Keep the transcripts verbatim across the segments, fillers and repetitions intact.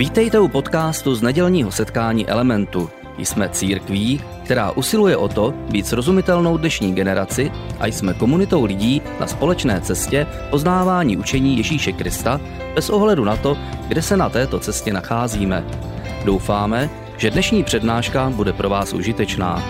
Vítejte u podcastu z nedělního setkání Elementu. Jsme církví, která usiluje o to být srozumitelnou dnešní generaci a jsme komunitou lidí na společné cestě poznávání učení Ježíše Krista bez ohledu na to, kde se na této cestě nacházíme. Doufáme, že dnešní přednáška bude pro vás užitečná.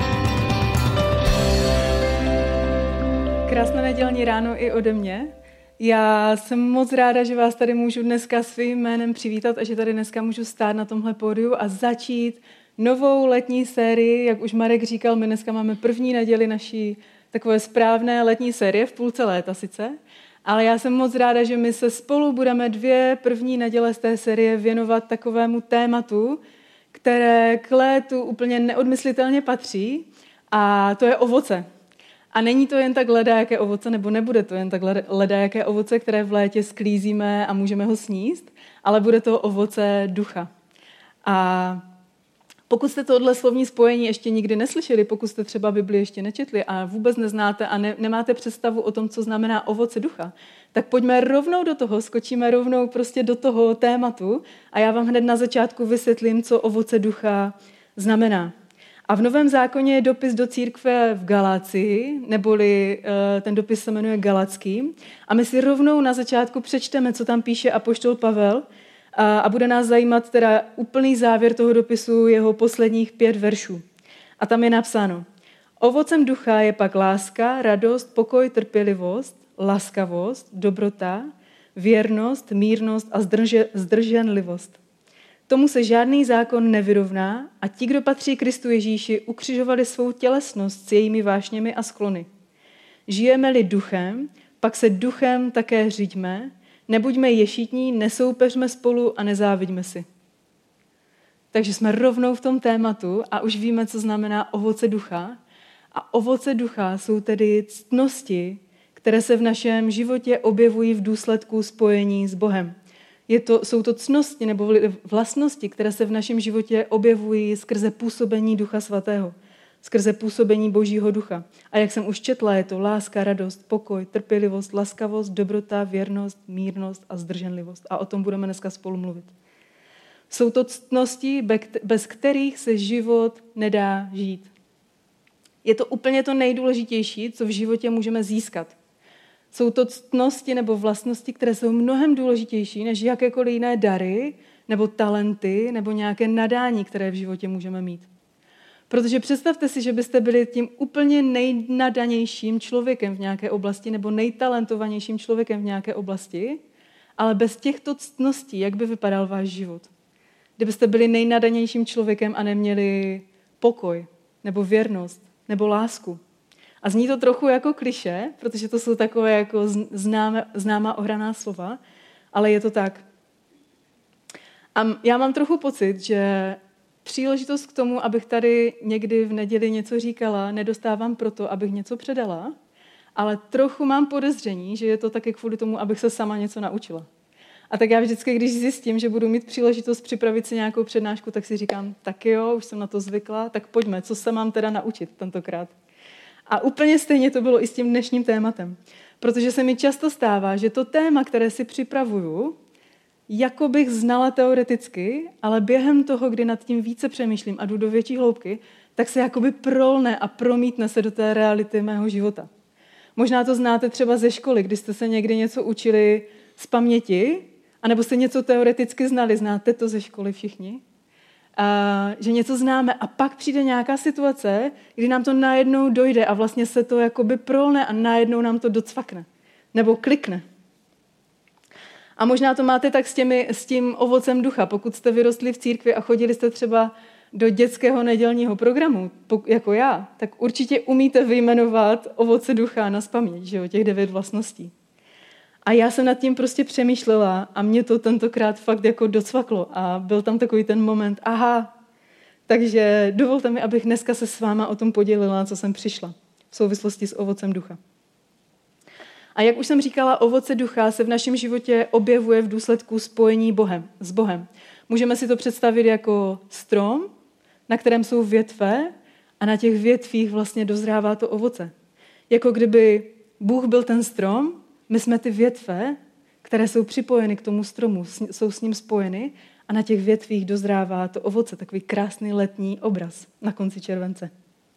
Krásné nedělní ráno i ode mě. Já jsem moc ráda, že vás tady můžu dneska svým jménem přivítat a že tady dneska můžu stát na tomhle pódiu a začít novou letní sérii. Jak už Marek říkal, my dneska máme první neděli naší takové správné letní série v půlce léta sice, ale já jsem moc ráda, že my se spolu budeme dvě první neděle z té série věnovat takovému tématu, které k létu úplně neodmyslitelně patří, a to je ovoce. A není to jen tak ledajaké ovoce, nebo nebude to jen tak ledajaké ovoce, které v létě sklízíme a můžeme ho sníst, ale bude to ovoce ducha. A pokud jste tohle slovní spojení ještě nikdy neslyšeli, pokud jste třeba Bibli ještě nečetli a vůbec neznáte a ne, nemáte představu o tom, co znamená ovoce ducha, tak pojďme rovnou do toho, skočíme rovnou prostě do toho tématu a já vám hned na začátku vysvětlím, co ovoce ducha znamená. A v Novém zákoně je dopis do církve v Galácii, neboli ten dopis se jmenuje Galacký. A my si rovnou na začátku přečteme, co tam píše apoštol Pavel, a, a bude nás zajímat teda úplný závěr toho dopisu, jeho posledních pět veršů. A tam je napsáno: Ovocem ducha je pak láska, radost, pokoj, trpělivost, laskavost, dobrota, věrnost, mírnost a zdrže, zdrženlivost. Tomu se žádný zákon nevyrovná a ti, kdo patří Kristu Ježíši, ukřižovali svou tělesnost s jejími vášněmi a sklony. Žijeme-li duchem, pak se duchem také říďme, nebuďme ješitní, nesoupeřme spolu a nezáviďme si. Takže jsme rovnou v tom tématu a už víme, co znamená ovoce ducha. A ovoce ducha jsou tedy ctnosti, které se v našem životě objevují v důsledku spojení s Bohem. Je to, jsou to ctnosti nebo vlastnosti, které se v našem životě objevují skrze působení Ducha Svatého, skrze působení Božího ducha. A jak jsem už četla, je to láska, radost, pokoj, trpělivost, laskavost, dobrota, věrnost, mírnost a zdrženlivost. A o tom budeme dneska spolu mluvit. Jsou to ctnosti, bez kterých se život nedá žít. Je to úplně to nejdůležitější, co v životě můžeme získat. Jsou to ctnosti nebo vlastnosti, které jsou mnohem důležitější než jakékoliv jiné dary nebo talenty nebo nějaké nadání, které v životě můžeme mít. Protože představte si, že byste byli tím úplně nejnadanějším člověkem v nějaké oblasti nebo nejtalentovanějším člověkem v nějaké oblasti, ale bez těchto ctností, jak by vypadal váš život? Kdybyste byli nejnadanějším člověkem a neměli pokoj nebo věrnost nebo lásku. A zní to trochu jako klišé, protože to jsou takové jako známé, známá ohraná slova, ale je to tak. A já mám trochu pocit, že příležitost k tomu, abych tady někdy v neděli něco říkala, nedostávám proto, abych něco předala, ale trochu mám podezření, že je to taky kvůli tomu, abych se sama něco naučila. A tak já vždycky, když zjistím, že budu mít příležitost připravit si nějakou přednášku, tak si říkám, tak jo, už jsem na to zvykla, tak pojďme, co se mám teda naučit tentokrát. A úplně stejně to bylo i s tím dnešním tématem. Protože se mi často stává, že to téma, které si připravuju, jako bych znala teoreticky, ale během toho, kdy nad tím více přemýšlím a jdu do větší hloubky, tak se jakoby prolne a promítne se do té reality mého života. Možná to znáte třeba ze školy, kdy jste se někdy něco učili z paměti, anebo jste něco teoreticky znali. Znáte to ze školy všichni? A že něco známe a pak přijde nějaká situace, kdy nám to najednou dojde a vlastně se to jakoby prolne a najednou nám to docvakne. Nebo klikne. A možná to máte tak s, těmi, s tím ovocem ducha. Pokud jste vyrostli v církvi a chodili jste třeba do dětského nedělního programu, jako já, tak určitě umíte vyjmenovat ovoce ducha nazpaměť, že jo, těch devět vlastností. A já jsem nad tím prostě přemýšlela a mě to tentokrát fakt jako docvaklo a byl tam takový ten moment, aha, takže dovolte mi, abych dneska se s váma o tom podělila, co jsem přišla v souvislosti s ovocem ducha. A jak už jsem říkala, ovoce ducha se v našem životě objevuje v důsledku spojení Bohem, s Bohem. Můžeme si to představit jako strom, na kterém jsou větve a na těch větvích vlastně dozrává to ovoce. Jako kdyby Bůh byl ten strom, my jsme ty větve, které jsou připojeny k tomu stromu, jsou s ním spojeny A na těch větvích dozrává to ovoce, takový krásný letní obraz na konci července.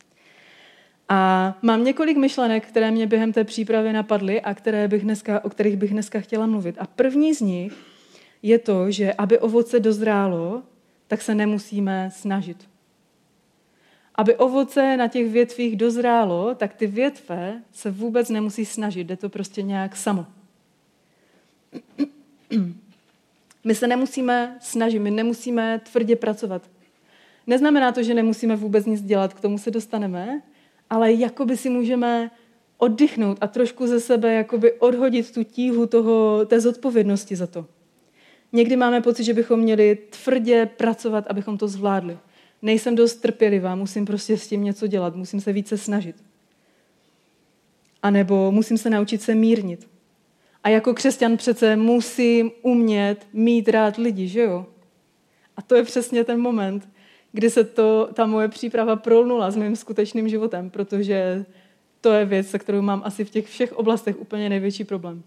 A mám několik myšlenek, které mě během té přípravy napadly a které bych dneska, o kterých bych dneska chtěla mluvit. A první z nich je to, že aby ovoce dozrálo, tak se nemusíme snažit. Aby ovoce na těch větvích dozrálo, tak ty větve se vůbec nemusí snažit, jde to prostě nějak samo. My se nemusíme snažit, my nemusíme tvrdě pracovat. Neznamená to, že nemusíme vůbec nic dělat, k tomu se dostaneme, ale jakoby si můžeme oddychnout a trošku ze sebe jakoby odhodit tu tíhu toho, té zodpovědnosti za to. Někdy máme pocit, že bychom měli tvrdě pracovat, abychom to zvládli. Nejsem dost trpělivá, musím prostě s tím něco dělat, musím se více snažit. A nebo musím se naučit se mírnit. A jako křesťan přece musím umět mít rád lidi, že jo? A to je přesně ten moment, kdy se to, ta moje příprava prolnula s mým skutečným životem, protože to je věc, se kterou mám asi v těch všech oblastech úplně největší problém.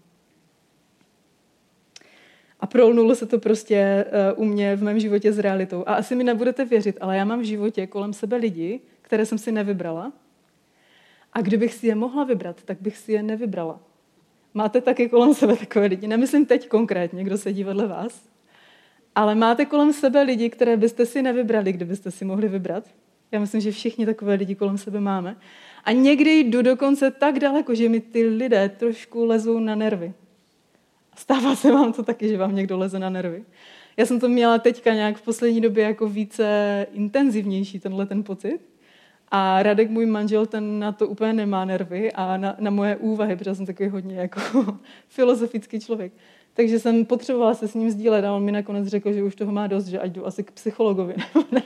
A prolnulo se to prostě u mě v mém životě s realitou. A asi mi nebudete věřit, ale já mám v životě kolem sebe lidi, které jsem si nevybrala. A kdybych si je mohla vybrat, tak bych si je nevybrala. Máte taky kolem sebe takové lidi. Nemyslím teď konkrétně, kdo sedí vedle vás. Ale máte kolem sebe lidi, které byste si nevybrali, kdybyste si mohli vybrat. Já myslím, že všichni takové lidi kolem sebe máme. A někdy jdu dokonce tak daleko, že mi ty lidé trošku lezou na nervy. Stává se vám to taky, že vám někdo leze na nervy. Já jsem to měla teďka nějak v poslední době jako více intenzivnější, tenhle ten pocit. A Radek, můj manžel, ten na to úplně nemá nervy a na, na moje úvahy, protože jsem takový hodně jako filozofický člověk. Takže jsem potřebovala se s ním sdílet a on mi nakonec řekl, že už toho má dost, že ať jdu asi k psychologovi.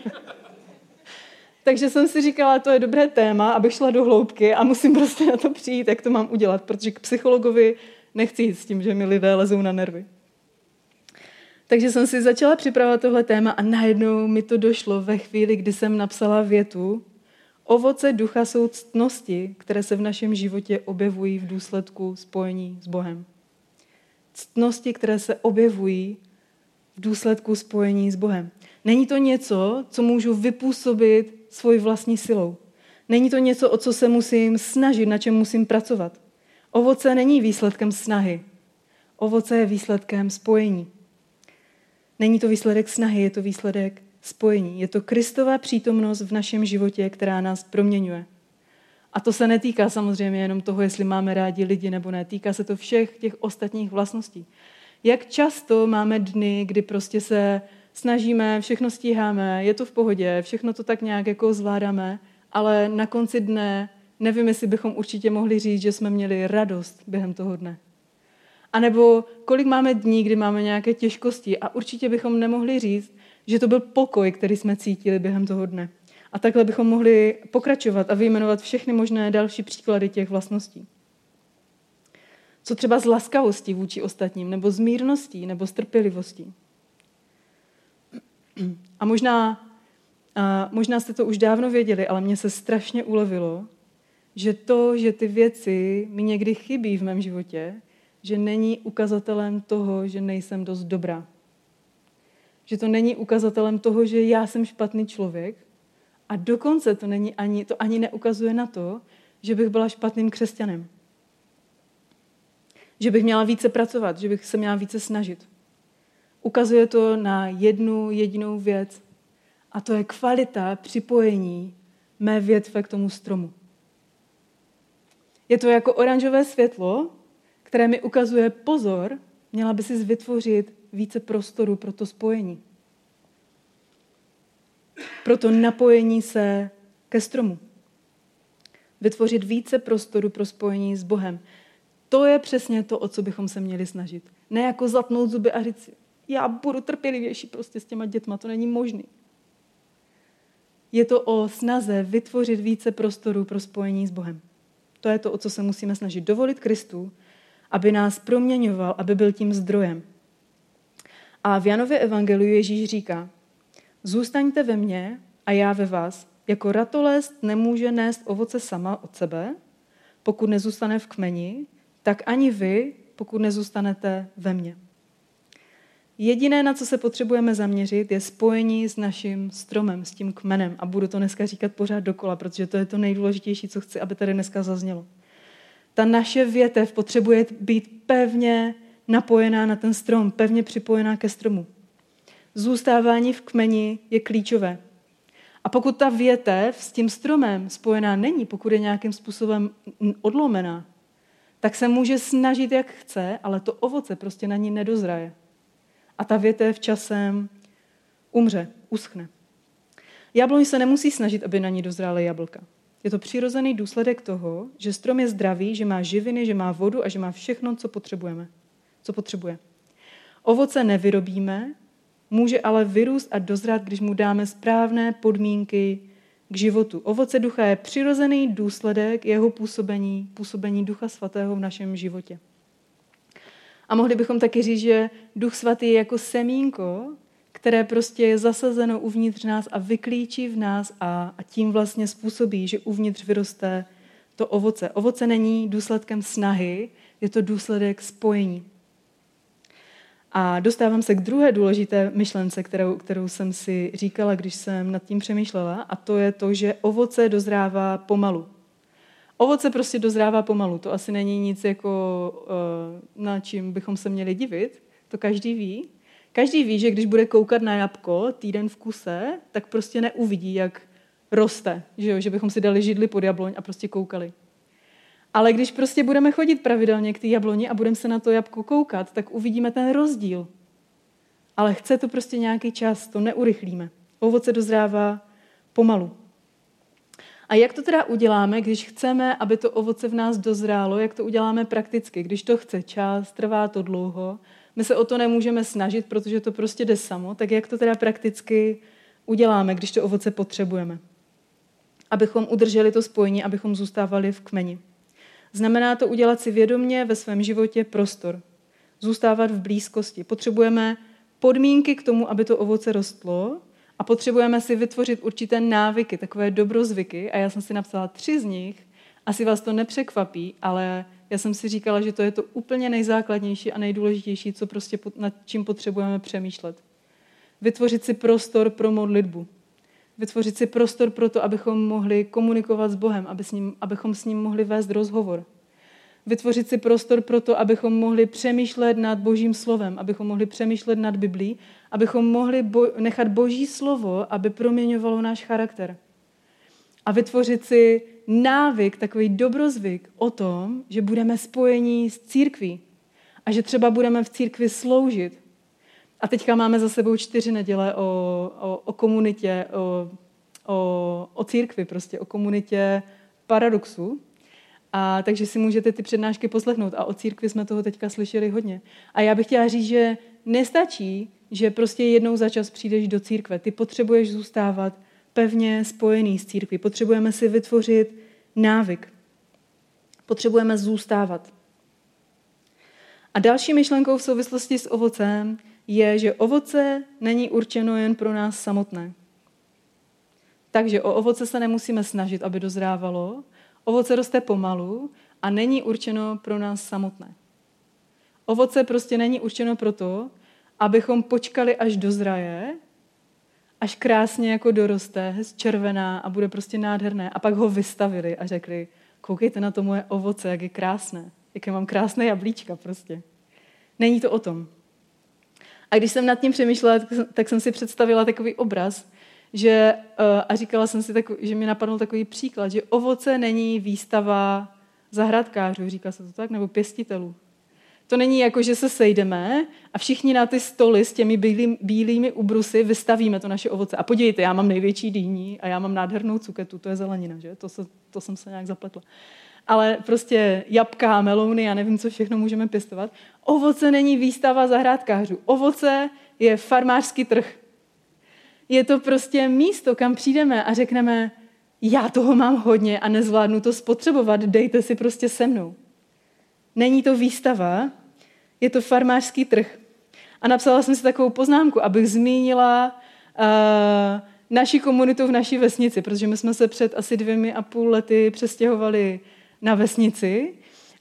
Takže jsem si říkala, to je dobré téma, abych šla do hloubky a musím prostě na to přijít, jak to mám udělat, protože k psychologovi nechci jít s tím, že mi lidé lezou na nervy. Takže jsem si začala připravovat tohle téma a najednou mi to došlo ve chvíli, kdy jsem napsala větu: ovoce ducha jsou ctnosti, které se v našem životě objevují v důsledku spojení s Bohem. Ctnosti, které se objevují v důsledku spojení s Bohem. Není to něco, co můžu vypůsobit svojí vlastní silou. Není to něco, o co se musím snažit, na čem musím pracovat. Ovoce není výsledkem snahy. Ovoce je výsledkem spojení. Není to výsledek snahy, je to výsledek spojení. Je to Kristova přítomnost v našem životě, která nás proměňuje. A to se netýká samozřejmě jenom toho, jestli máme rádi lidi nebo ne. Týká se to všech těch ostatních vlastností. Jak často máme dny, kdy prostě se snažíme, všechno stíháme, je to v pohodě, všechno to tak nějak jako zvládáme, ale na konci dne nevím, jestli bychom určitě mohli říct, že jsme měli radost během toho dne. A nebo kolik máme dní, kdy máme nějaké těžkosti a určitě bychom nemohli říct, že to byl pokoj, který jsme cítili během toho dne. A takhle bychom mohli pokračovat a vyjmenovat všechny možné další příklady těch vlastností. Co třeba z laskavostí vůči ostatním, nebo z mírností, nebo z trpělivostí. A možná, a možná jste to už dávno věděli, ale mně se strašně ulevilo, že to, že ty věci mi někdy chybí v mém životě, že není ukazatelem toho, že nejsem dost dobrá. Že to není ukazatelem toho, že já jsem špatný člověk, a dokonce to, není ani, to ani neukazuje na to, že bych byla špatným křesťanem. Že bych měla více pracovat, že bych se měla více snažit. Ukazuje to na jednu jedinou věc a to je kvalita připojení mé větve k tomu stromu. Je to jako oranžové světlo, které mi ukazuje pozor, měla by si vytvořit více prostoru pro to spojení. Pro to napojení se ke stromu. Vytvořit více prostoru pro spojení s Bohem. To je přesně to, o co bychom se měli snažit. Ne jako zatnout zuby a říct, já budu trpělivější prostě s těma dětma, to není možný. Je to o snaze vytvořit více prostoru pro spojení s Bohem. To je to, o co se musíme snažit. Dovolit Kristu, aby nás proměňoval, aby byl tím zdrojem. A v Janově evangeliu Ježíš říká, zůstaňte ve mně a já ve vás. Jako ratolest nemůže nést ovoce sama od sebe, pokud nezůstane v kmeni, tak ani vy, pokud nezůstanete ve mně. Jediné, na co se potřebujeme zaměřit, je spojení s naším stromem, s tím kmenem. A budu to dneska říkat pořád dokola, protože to je to nejdůležitější, co chci, aby tady dneska zaznělo. Ta naše větev potřebuje být pevně napojená na ten strom, pevně připojená ke stromu. Zůstávání v kmeni je klíčové. A pokud ta větev s tím stromem spojená není, pokud je nějakým způsobem odlomená, tak se může snažit, jak chce, ale to ovoce prostě na ní nedozraje. A ta větev časem umře, uschne. Jabloň se nemusí snažit, aby na ní dozrály jablka. Je to přirozený důsledek toho, že strom je zdravý, že má živiny, že má vodu a že má všechno, co potřebujeme. Co potřebuje. Ovoce nevyrobíme, může ale vyrůst a dozrát, když mu dáme správné podmínky k životu. Ovoce ducha je přirozený důsledek jeho působení, působení Ducha Svatého v našem životě. A mohli bychom taky říct, že Duch Svatý je jako semínko, které prostě je zasazeno uvnitř nás a vyklíčí v nás a, a tím vlastně způsobí, že uvnitř vyroste to ovoce. Ovoce není důsledkem snahy, je to důsledek spojení. A dostávám se k druhé důležité myšlence, kterou, kterou jsem si říkala, když jsem nad tím přemýšlela, a to je to, že ovoce dozrává pomalu. Ovoce prostě dozrává pomalu. To asi není nic, jako, na čím bychom se měli divit. To každý ví. Každý ví, že když bude koukat na jabko týden v kuse, tak prostě neuvidí, jak roste. Že, jo? Že bychom si dali židli pod jabloň a prostě koukali. Ale když prostě budeme chodit pravidelně k té jabloni a budeme se na to jabko koukat, tak uvidíme ten rozdíl. Ale chce to prostě nějaký čas, to neurychlíme. Ovoce dozrává pomalu. A jak to teda uděláme, když chceme, aby to ovoce v nás dozrálo, jak to uděláme prakticky? Když to chce čas, trvá to dlouho, my se o to nemůžeme snažit, protože to prostě jde samo, tak jak to teda prakticky uděláme, když to ovoce potřebujeme? Abychom udrželi to spojení, abychom zůstávali v kmeni. Znamená to udělat si vědomě ve svém životě prostor. Zůstávat v blízkosti. Potřebujeme podmínky k tomu, aby to ovoce rostlo a potřebujeme si vytvořit určité návyky, takové dobrozvyky a já jsem si napsala tři z nich. Asi vás to nepřekvapí, ale já jsem si říkala, že to je to úplně nejzákladnější a nejdůležitější, co prostě nad čím potřebujeme přemýšlet. Vytvořit si prostor pro modlitbu. Vytvořit si prostor pro to, abychom mohli komunikovat s Bohem, aby s ním, abychom s ním mohli vést rozhovor. Vytvořit si prostor pro to, abychom mohli přemýšlet nad Božím slovem, abychom mohli přemýšlet nad Biblí, abychom mohli bo- nechat Boží slovo, aby proměňovalo náš charakter. A vytvořit si návyk, takový dobrozvyk o tom, že budeme spojení s církví a že třeba budeme v církvi sloužit. A teďka máme za sebou čtyři neděle o, o, o komunitě, o, o, o církvi, prostě o komunitě Paradoxu. A takže si můžete ty přednášky poslechnout. A o církvi jsme toho teďka slyšeli hodně. A já bych chtěla říct, že nestačí, že prostě jednou za čas přijdeš do církve. Ty potřebuješ zůstávat pevně spojený s církví. Potřebujeme si vytvořit návyk. Potřebujeme zůstávat. A další myšlenkou v souvislosti s ovocem je, že ovoce není určeno jen pro nás samotné. Takže o ovoce se nemusíme snažit, aby dozrávalo. Ovoce roste pomalu a není určeno pro nás samotné. Ovoce prostě není určeno proto, abychom počkali, až dozraje, až krásně jako doroste, červená a bude prostě nádherné. A pak ho vystavili a řekli, koukejte na to moje ovoce, jak je krásné. Jaké mám krásné jablíčka prostě. Není to o tom. A když jsem nad tím přemýšlela, tak jsem si představila takový obraz, že, a říkala jsem si, že mi napadl takový příklad, že ovoce není výstava zahrádkářů, říká se to tak, nebo pěstitelů. To není jako, že se sejdeme a všichni na ty stoly s těmi bílý, bílými ubrusy vystavíme to naše ovoce. A podívejte, já mám největší dýni a já mám nádhernou cuketu, to je zelenina, že? To, se, to jsem se nějak zapletla. Ale prostě jabka, melouny, já nevím, co všechno můžeme pěstovat. Ovoce není výstava zahrádkářů. Ovoce je farmářský trh. Je to prostě místo, kam přijdeme a řekneme, já toho mám hodně a nezvládnu to spotřebovat, dejte si prostě se mnou. Není to výstava, je to farmářský trh. A napsala jsem si takovou poznámku, abych zmínila uh, naši komunitu v naší vesnici, protože my jsme se před asi dvěmi a půl lety přestěhovali na vesnici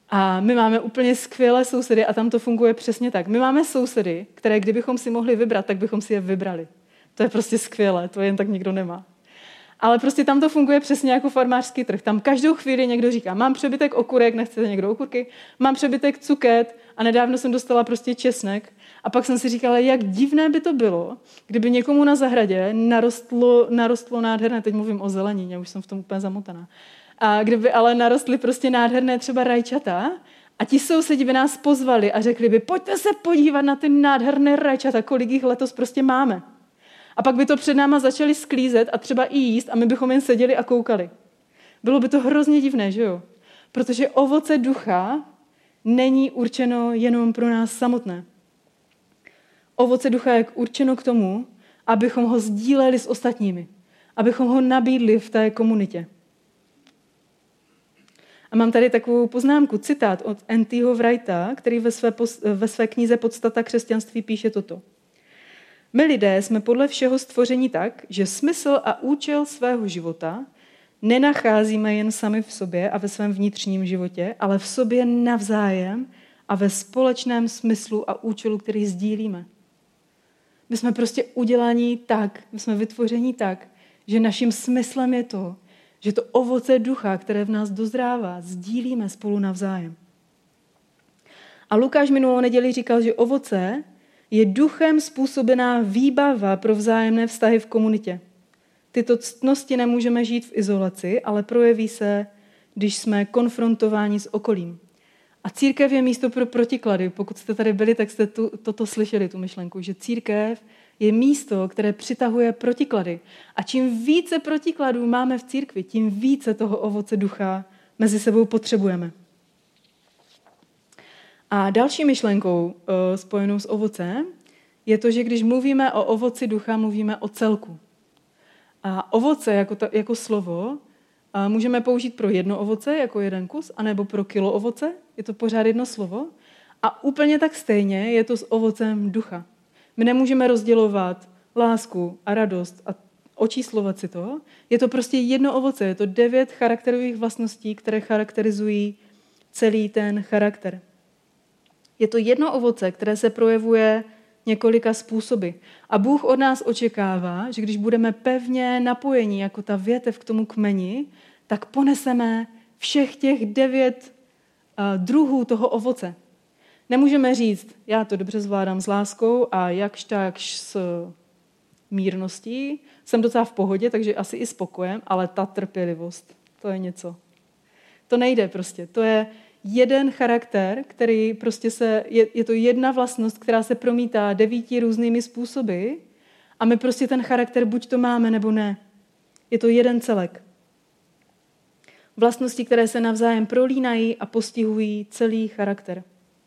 A my máme úplně skvělé sousedy a tam to funguje přesně tak. My máme sousedy, které kdybychom si mohli vybrat, tak bychom si je vybrali. To je prostě skvělé, to jen tak nikdo nemá. Ale prostě tam to funguje přesně jako farmářský trh. Tam každou chvíli někdo říká, mám přebytek okurek, nechcete někdo okurky, mám přebytek cuket a nedávno jsem dostala prostě česnek. A pak jsem si říkala, jak divné by to bylo, kdyby někomu na zahradě narostlo, narostlo nádherné, teď mluvím o zelenině, už jsem v tom úplně zamotaná, a kdyby ale narostly prostě nádherné třeba rajčata a ti sousedi by nás pozvali a řekli by, pojďte se podívat na ty nádherné rajčata, kolik jich letos prostě máme. A pak by to před náma začali sklízet a třeba i jíst a my bychom jen seděli a koukali. Bylo by to hrozně divné, že jo? Protože ovoce ducha není určeno jenom pro nás samotné. Ovoce ducha je určeno k tomu, abychom ho sdíleli s ostatními, abychom ho nabídli v té komunitě. A mám tady takovou poznámku, citát od N T Wrighta, který ve své, ve své knize Podstata křesťanství píše toto. My lidé jsme podle všeho stvoření tak, že smysl a účel svého života nenacházíme jen sami v sobě a ve svém vnitřním životě, ale v sobě navzájem a ve společném smyslu a účelu, který sdílíme. My jsme prostě udělaní tak, my jsme vytvoření tak, že naším smyslem je to, že to ovoce ducha, které v nás dozrává, sdílíme spolu navzájem. A Lukáš minulou neděli říkal, že ovoce je duchem způsobená výbava pro vzájemné vztahy v komunitě. Tyto ctnosti nemůžeme žít v izolaci, ale projeví se, když jsme konfrontováni s okolím. A církev je místo pro protiklady. Pokud jste tady byli, tak jste tu, toto slyšeli, tu myšlenku, že církev je místo, které přitahuje protiklady. A čím více protikladů máme v církvi, tím více toho ovoce ducha mezi sebou potřebujeme. A další myšlenkou spojenou s ovocem je to, že když mluvíme o ovoci ducha, mluvíme o celku. A ovoce jako, ta, jako slovo můžeme použít pro jedno ovoce, jako jeden kus, anebo pro kilo ovoce, je to pořád jedno slovo. A úplně tak stejně je to s ovocem ducha. My nemůžeme rozdělovat lásku a radost a očíslovat si to. Je to prostě jedno ovoce, je to devět charakterových vlastností, které charakterizují celý ten charakter. Je to jedno ovoce, které se projevuje několika způsoby. A Bůh od nás očekává, že když budeme pevně napojeni jako ta větev k tomu kmeni, tak poneseme všech těch devět uh, druhů toho ovoce. Nemůžeme říct, já to dobře zvládám s láskou a jakž takž s mírností. Jsem docela v pohodě, takže asi i spokojem, ale ta trpělivost, to je něco. To nejde prostě. To je jeden charakter, který prostě se, je, je to jedna vlastnost, která se promítá devíti různými způsoby a my prostě ten charakter buď to máme, nebo ne. Je to jeden celek. Vlastnosti, které se navzájem prolínají a postihují celý charakter.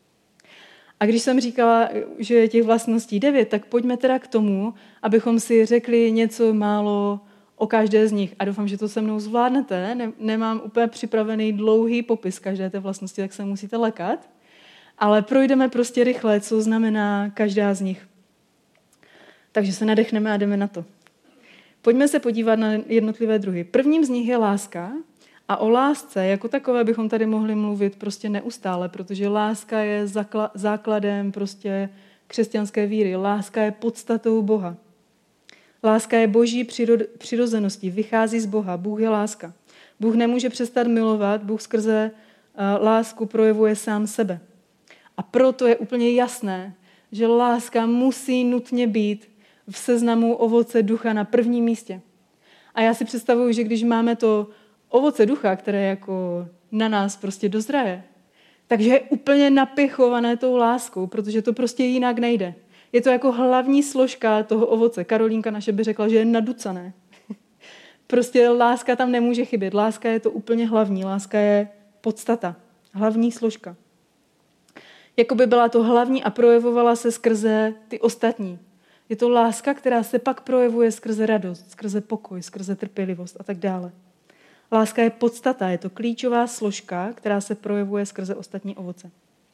A když jsem říkala, že je těch vlastností devět, tak pojďme teda k tomu, abychom si řekli něco málo o každé z nich. A doufám, že to se mnou zvládnete. Ne, nemám úplně připravený dlouhý popis každé té vlastnosti, tak se musíte lekat. Ale projdeme prostě rychle, co znamená každá z nich. Takže se nadechneme a jdeme na to. Pojďme se podívat na jednotlivé druhy. Prvním z nich je láska. A o lásce jako takové bychom tady mohli mluvit prostě neustále, protože láska je základem prostě křesťanské víry. Láska je podstatou Boha. Láska je boží přirozeností, vychází z Boha. Bůh je láska. Bůh nemůže přestat milovat, Bůh skrze lásku projevuje sám sebe. A proto je úplně jasné, že láska musí nutně být v seznamu ovoce ducha na prvním místě. A já si představuju, že když máme to ovoce ducha, které jako na nás prostě dozraje, takže je úplně napěchované tou láskou, protože to prostě jinak nejde. Je to jako hlavní složka toho ovoce. Karolínka naše by řekla, že je naducané. Prostě láska tam nemůže chybět. Láska je to úplně hlavní. Láska je podstata. Hlavní složka. Jakoby byla to hlavní a projevovala se skrze ty ostatní. Je to láska, která se pak projevuje skrze radost, skrze pokoj, skrze trpělivost a tak dále. Láska je podstata, je to klíčová složka, která se projevuje skrze ostatní ovoce.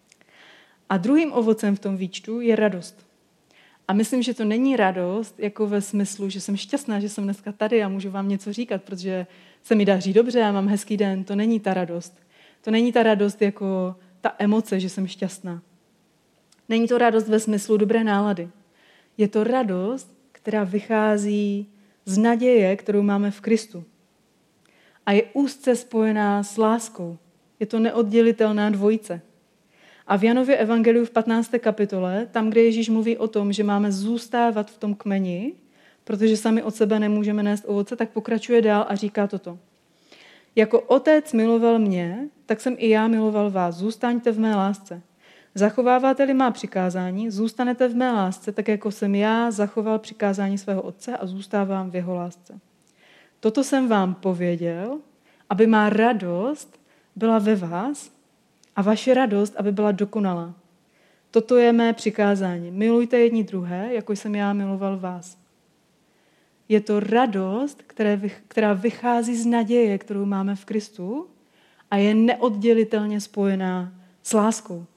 A druhým ovocem v tom výčtu je radost. A myslím, že to není radost jako ve smyslu, že jsem šťastná, že jsem dneska tady a můžu vám něco říkat, protože se mi daří dobře a mám hezký den. To není ta radost. To není ta radost jako ta emoce, že jsem šťastná. Není to radost ve smyslu dobré nálady. Je to radost, která vychází z naděje, kterou máme v Kristu. A je úzce spojená s láskou. Je to neoddělitelná dvojice. A v Janově evangeliu v patnácté kapitole, tam, kde Ježíš mluví o tom, že máme zůstávat v tom kmeni, protože sami od sebe nemůžeme nést ovoce, tak pokračuje dál a říká toto. Jako otec miloval mě, tak jsem i já miloval vás. Zůstaňte v mé lásce. Zachováváte-li má přikázání, zůstanete v mé lásce, tak jako jsem já zachoval přikázání svého otce a zůstávám v jeho lásce. Toto jsem vám pověděl, aby má radost byla ve vás a vaše radost, aby byla dokonalá. Toto je mé přikázání. Milujte jedni druhé, jako jsem já miloval vás. Je to radost, která vychází z naděje, kterou máme v Kristu a je neoddělitelně spojená s láskou.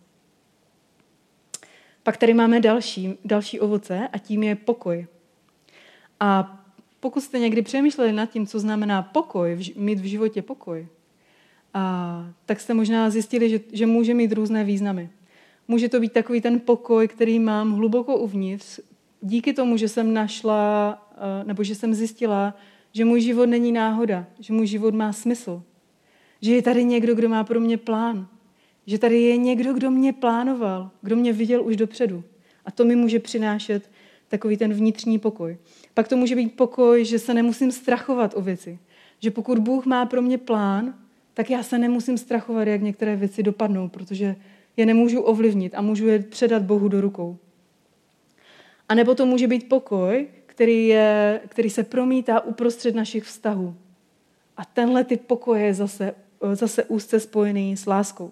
Pak tady máme další, další ovoce a tím je pokoj. A pokud jste někdy přemýšleli nad tím, co znamená pokoj, mít v životě pokoj, a tak jste možná zjistili, že, že může mít různé významy. Může to být takový ten pokoj, který mám hluboko uvnitř, díky tomu, že jsem našla, nebo že jsem zjistila, že můj život není náhoda, že můj život má smysl. Že je tady někdo, kdo má pro mě plán. Že tady je někdo, kdo mě plánoval, kdo mě viděl už dopředu. A to mi může přinášet takový ten vnitřní pokoj. Pak to může být pokoj, že se nemusím strachovat o věci. Že pokud Bůh má pro mě plán, tak já se nemusím strachovat, jak některé věci dopadnou, protože je nemůžu ovlivnit a můžu je předat Bohu do rukou. A nebo to může být pokoj, který, je, který se promítá uprostřed našich vztahů. A tenhle typ pokoje je zase, zase úzce spojený s láskou.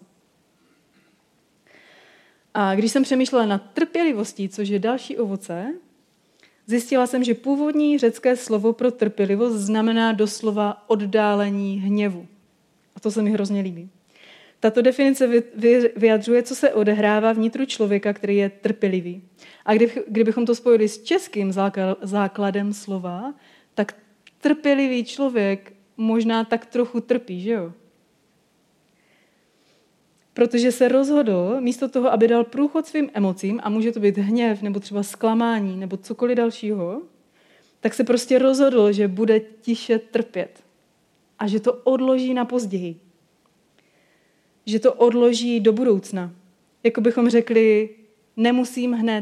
A když jsem přemýšlela nad trpělivostí, což je další ovoce, zjistila jsem, že původní řecké slovo pro trpělivost znamená doslova oddálení hněvu. A to se mi hrozně líbí. Tato definice vyjadřuje, co se odehrává vnitru člověka, který je trpělivý. A kdybychom to spojili s českým základem slova, tak trpělivý člověk možná tak trochu trpí, že jo? Protože se rozhodl, místo toho, aby dal průchod svým emocím, a může to být hněv, nebo třeba zklamání, nebo cokoliv dalšího, tak se prostě rozhodl, že bude tiše trpět. A že to odloží na později. Že to odloží do budoucna. Jako bychom řekli, nemusím hned.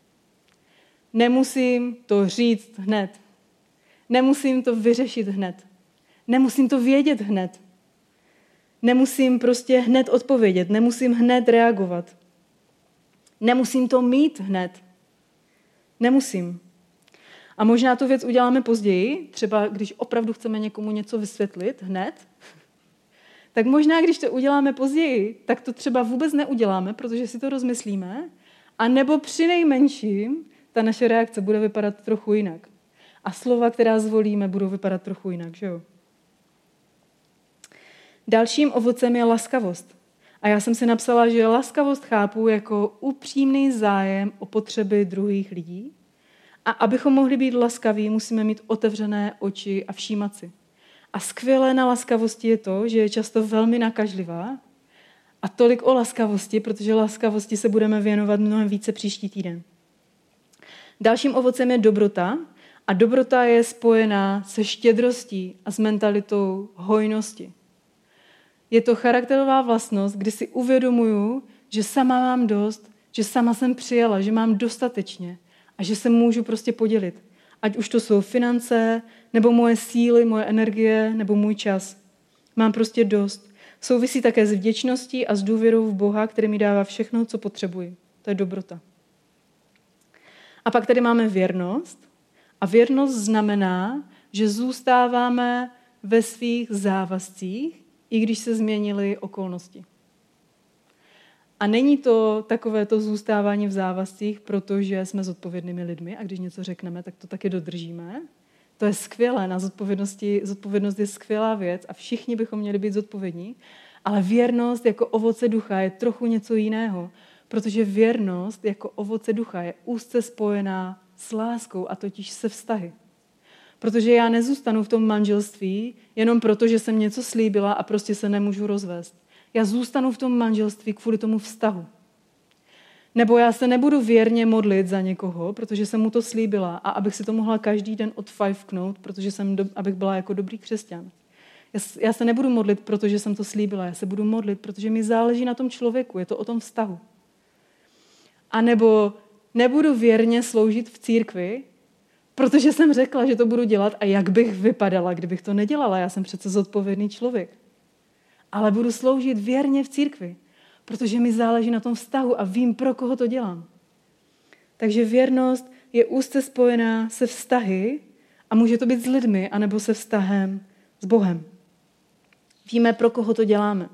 Nemusím to říct hned. Nemusím to vyřešit hned. Nemusím to vědět hned. Nemusím prostě hned odpovědět. Nemusím hned reagovat. Nemusím to mít hned. Nemusím. A možná tu věc uděláme později, třeba když opravdu chceme někomu něco vysvětlit hned, tak možná, když to uděláme později, tak to třeba vůbec neuděláme, protože si to rozmyslíme, a nebo přinejmenším ta naše reakce bude vypadat trochu jinak. A slova, která zvolíme, budou vypadat trochu jinak, že jo? Dalším ovocem je laskavost. A já jsem si napsala, že laskavost chápu jako upřímný zájem o potřeby druhých lidí. A abychom mohli být laskaví, musíme mít otevřené oči a všímat si. A skvělé na laskavosti je to, že je často velmi nakažlivá. A tolik o laskavosti, protože laskavosti se budeme věnovat mnohem více příští týden. Dalším ovocem je dobrota. A dobrota je spojená se štědrostí a s mentalitou hojnosti. Je to charakterová vlastnost, kdy si uvědomuju, že sama mám dost, že sama jsem přijala, že mám dostatečně a že se můžu prostě podělit. Ať už to jsou finance, nebo moje síly, moje energie, nebo můj čas. Mám prostě dost. Souvisí také s vděčností a s důvěrou v Boha, který mi dává všechno, co potřebuji. To je dobrota. A pak tady máme věrnost. A věrnost znamená, že zůstáváme ve svých závazcích, i když se změnily okolnosti. A není to takové to zůstávání v závazcích, protože jsme zodpovědnými lidmi a když něco řekneme, tak to taky dodržíme. To je skvělé, na zodpovědnosti, zodpovědnost je skvělá věc a všichni bychom měli být zodpovědní, ale věrnost jako ovoce ducha je trochu něco jiného, protože věrnost jako ovoce ducha je úzce spojená s láskou a totiž se vztahy. Protože já nezůstanu v tom manželství jenom proto, že jsem něco slíbila a prostě se nemůžu rozvést. Já zůstanu v tom manželství kvůli tomu vztahu. Nebo já se nebudu věrně modlit za někoho, protože jsem mu to slíbila a abych si to mohla každý den odfajfknout, protože jsem, do, abych byla jako dobrý křesťan. Já, já se nebudu modlit, protože jsem to slíbila. Já se budu modlit, protože mi záleží na tom člověku. Je to o tom vztahu. A nebo nebudu věrně sloužit v církvi, protože jsem řekla, že to budu dělat a jak bych vypadala, kdybych to nedělala. Já jsem přece zodpovědný člověk. Ale budu sloužit věrně v církvi, protože mi záleží na tom vztahu a vím, pro koho to dělám. Takže věrnost je úzce spojená se vztahy a může to být s lidmi, anebo se vztahem s Bohem. Víme, pro koho to děláme.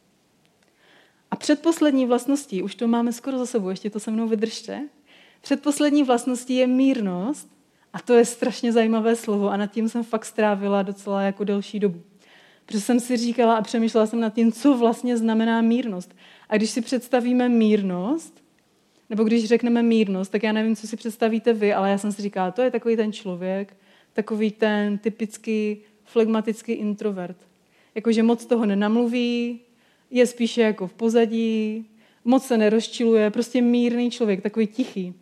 A předposlední vlastností, už to máme skoro za sebou, ještě to se mnou vydržte, předposlední vlastností je mírnost a to je strašně zajímavé slovo a nad tím jsem fakt strávila docela jako delší dobu. Protože jsem si říkala a přemýšlela jsem nad tím, co vlastně znamená mírnost. A když si představíme mírnost, nebo když řekneme mírnost, tak já nevím, co si představíte vy, ale já jsem si říkala, to je takový ten člověk, takový ten typický flegmatický introvert. Jakože moc toho nenamluví, je spíše jako v pozadí, moc se nerozčiluje, prostě mírný člověk, takový tichý.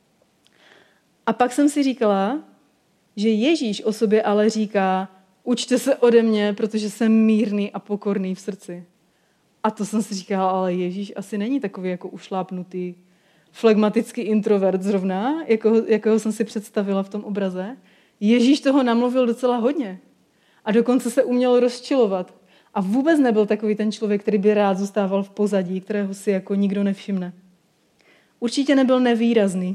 A pak jsem si říkala, že Ježíš o sobě ale říká, učte se ode mě, protože jsem mírný a pokorný v srdci. A to jsem si říkala, ale Ježíš asi není takový jako ušlápnutý, flegmatický introvert zrovna, jako, jakého jsem si představila v tom obraze. Ježíš toho namluvil docela hodně. A dokonce se uměl rozčilovat. A vůbec nebyl takový ten člověk, který by rád zůstával v pozadí, kterého si jako nikdo nevšimne. Určitě nebyl nevýrazný.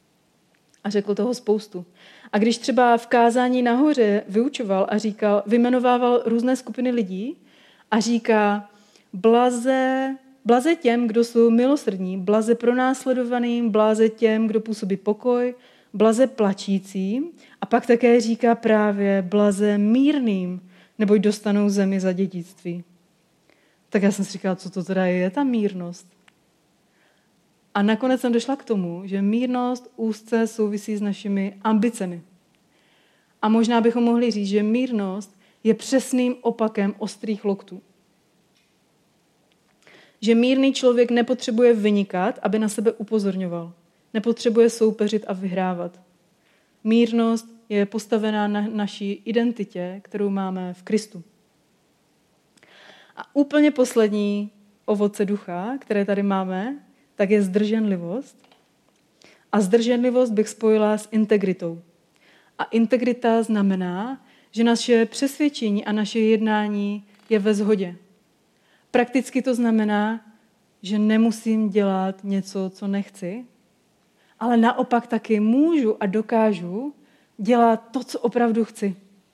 A řekl toho spoustu. A když třeba v kázání nahoře vyučoval a říkal, vyjmenovával různé skupiny lidí a říká, blaze, blaze těm, kdo jsou milosrdní, blaze pronásledovaným, blaze těm, kdo působí pokoj, blaze plačícím a pak také říká právě blaze mírným, neboť dostanou zemi za dědictví. Tak já jsem si říkala, co to teda je, ta mírnost. A nakonec jsem došla k tomu, že mírnost úzce souvisí s našimi ambicemi. A možná bychom mohli říct, že mírnost je přesným opakem ostrých loktů. Že mírný člověk nepotřebuje vynikat, aby na sebe upozorňoval. Nepotřebuje soupeřit a vyhrávat. Mírnost je postavená na naší identitě, kterou máme v Kristu. A úplně poslední ovoce ducha, které tady máme, tak je zdrženlivost. A zdrženlivost bych spojila s integritou. A integrita znamená, že naše přesvědčení a naše jednání je ve shodě. Prakticky to znamená, že nemusím dělat něco, co nechci, ale naopak taky můžu a dokážu dělat to, co opravdu chci.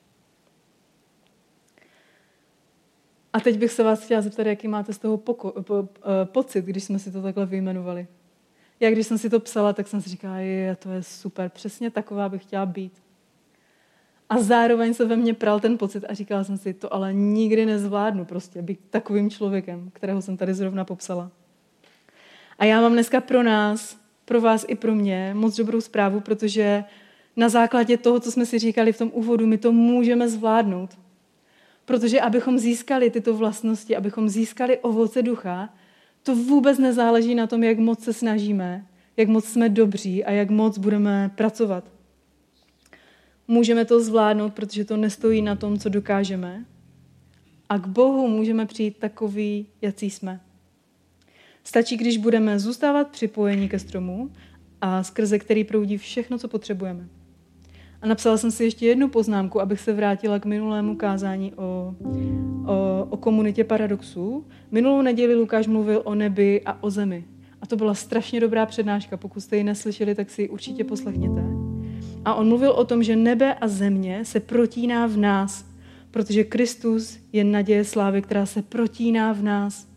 A teď bych se vás chtěla zeptat, jaký máte z toho poko- po- pocit, když jsme si to takhle vyjmenovali. Já když jsem si to psala, tak jsem si říkala, je, to je super, přesně taková bych chtěla být. A zároveň se ve mně pral ten pocit a říkala jsem si, to ale nikdy nezvládnu prostě být takovým člověkem, kterého jsem tady zrovna popsala. A já mám dneska pro nás, pro vás i pro mě moc dobrou zprávu, protože na základě toho, co jsme si říkali v tom úvodu, my to můžeme zvládnout. Protože abychom získali tyto vlastnosti, abychom získali ovoce ducha, to vůbec nezáleží na tom, jak moc se snažíme, jak moc jsme dobří a jak moc budeme pracovat. Můžeme to zvládnout, protože to nestojí na tom, co dokážeme. A k Bohu můžeme přijít takový, jací jsme. Stačí, když budeme zůstávat připojeni ke stromu a skrze který proudí všechno, co potřebujeme. A napsala jsem si ještě jednu poznámku, abych se vrátila k minulému kázání o, o, o komunitě paradoxů. Minulou neděli Lukáš mluvil o nebi a o zemi. A to byla strašně dobrá přednáška. Pokud jste ji neslyšeli, tak si ji určitě poslechněte. A on mluvil o tom, že nebe a země se protíná v nás, protože Kristus je naděje slávy, která se protíná v nás.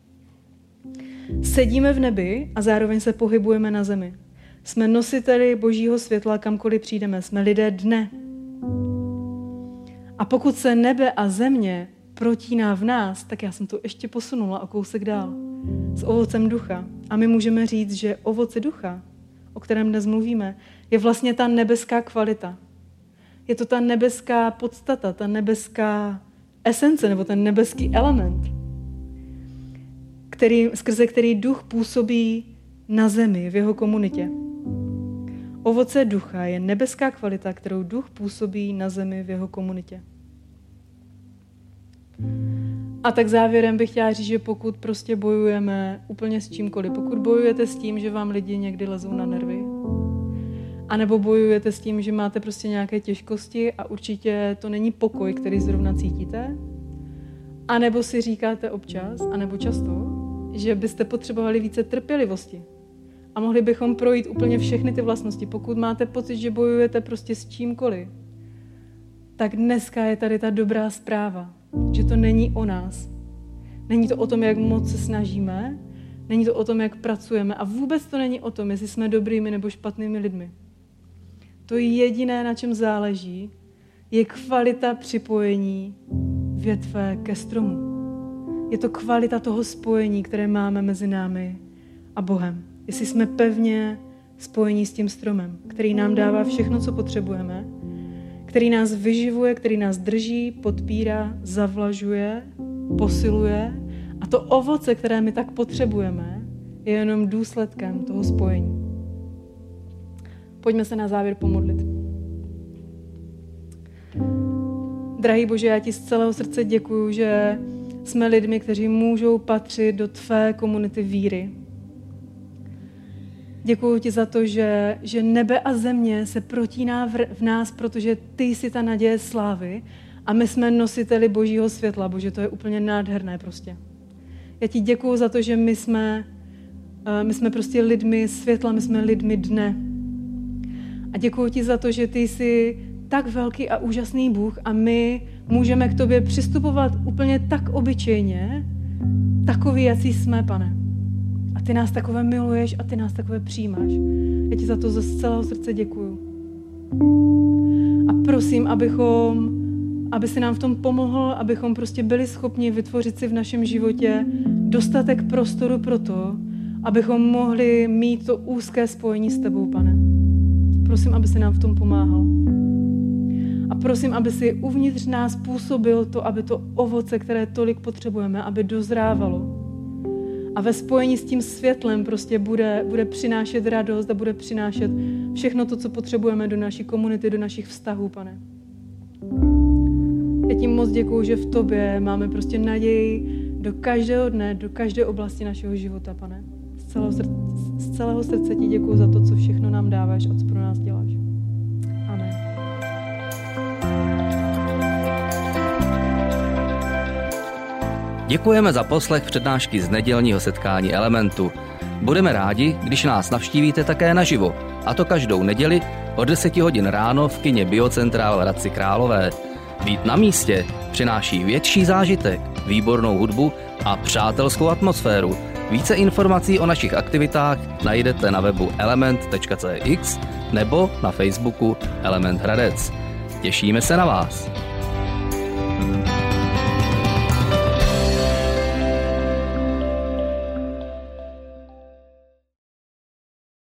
Sedíme v nebi a zároveň se pohybujeme na zemi. Jsme nositeli Božího světla, kamkoliv přijdeme. Jsme lidé dne. A pokud se nebe a země protíná v nás, tak já jsem to ještě posunula o kousek dál. S ovocem ducha. A my můžeme říct, že ovoce ducha, o kterém dnes mluvíme, je vlastně ta nebeská kvalita. Je to ta nebeská podstata, ta nebeská esence, nebo ten nebeský element. který, skrze který duch působí na zemi, v jeho komunitě. Ovoce ducha je nebeská kvalita, kterou duch působí na zemi, v jeho komunitě. A tak závěrem bych chtěla říct, že pokud prostě bojujeme úplně s čímkoliv, pokud bojujete s tím, že vám lidi někdy lezou na nervy, anebo bojujete s tím, že máte prostě nějaké těžkosti a určitě to není pokoj, který zrovna cítíte, anebo si říkáte občas, anebo často, že byste potřebovali více trpělivosti. A mohli bychom projít úplně všechny ty vlastnosti. Pokud máte pocit, že bojujete prostě s čímkoliv, tak dneska je tady ta dobrá zpráva, že to není o nás. Není to o tom, jak moc se snažíme, není to o tom, jak pracujeme a vůbec to není o tom, jestli jsme dobrými nebo špatnými lidmi. To jediné, na čem záleží, je kvalita připojení větve ke stromu. Je to kvalita toho spojení, které máme mezi námi a Bohem. Jestli jsme pevně spojení s tím stromem, který nám dává všechno, co potřebujeme, který nás vyživuje, který nás drží, podpírá, zavlažuje, posiluje. A to ovoce, které my tak potřebujeme, je jenom důsledkem toho spojení. Pojďme se na závěr pomodlit. Drahý Bože, já ti z celého srdce děkuju, že jsme lidmi, kteří můžou patřit do tvé komunity víry. Děkuju ti za to, že, že nebe a země se protíná v, v nás, protože ty jsi ta naděje slávy a my jsme nositeli Božího světla. Bože, to je úplně nádherné prostě. Já ti děkuju za to, že my jsme, my jsme prostě lidmi světla, my jsme lidmi dne. A děkuju ti za to, že ty jsi tak velký a úžasný Bůh a my můžeme k tobě přistupovat úplně tak obyčejně, takový, jací jsme, Pane. A ty nás takové miluješ a ty nás takové přijímáš. Já ti za to z celého srdce děkuju. A prosím, abychom, aby si nám v tom pomohl, abychom prostě byli schopni vytvořit si v našem životě dostatek prostoru pro to, abychom mohli mít to úzké spojení s tebou, Pane. Prosím, aby si nám v tom pomáhal. A prosím, aby si uvnitř nás působil to, aby to ovoce, které tolik potřebujeme, aby dozrávalo. A ve spojení s tím světlem prostě bude, bude přinášet radost a bude přinášet všechno to, co potřebujeme do naší komunity, do našich vztahů, Pane. Já ti moc děkuju, že v tobě máme prostě naději do každého dne, do každé oblasti našeho života, Pane. Z celého srdce, z celého srdce ti děkuju za to, co všechno nám dáváš a co pro nás děláš. Amen. Děkujeme za poslech přednášky z nedělního setkání Elementu. Budeme rádi, když nás navštívíte také naživo, a to každou neděli od deseti hodin ráno v kině Biocentral v Hradci Králové. Být na místě přináší větší zážitek, výbornou hudbu a přátelskou atmosféru. Více informací o našich aktivitách najdete na webu element tečka cé x nebo na Facebooku Element Hradec. Těšíme se na vás.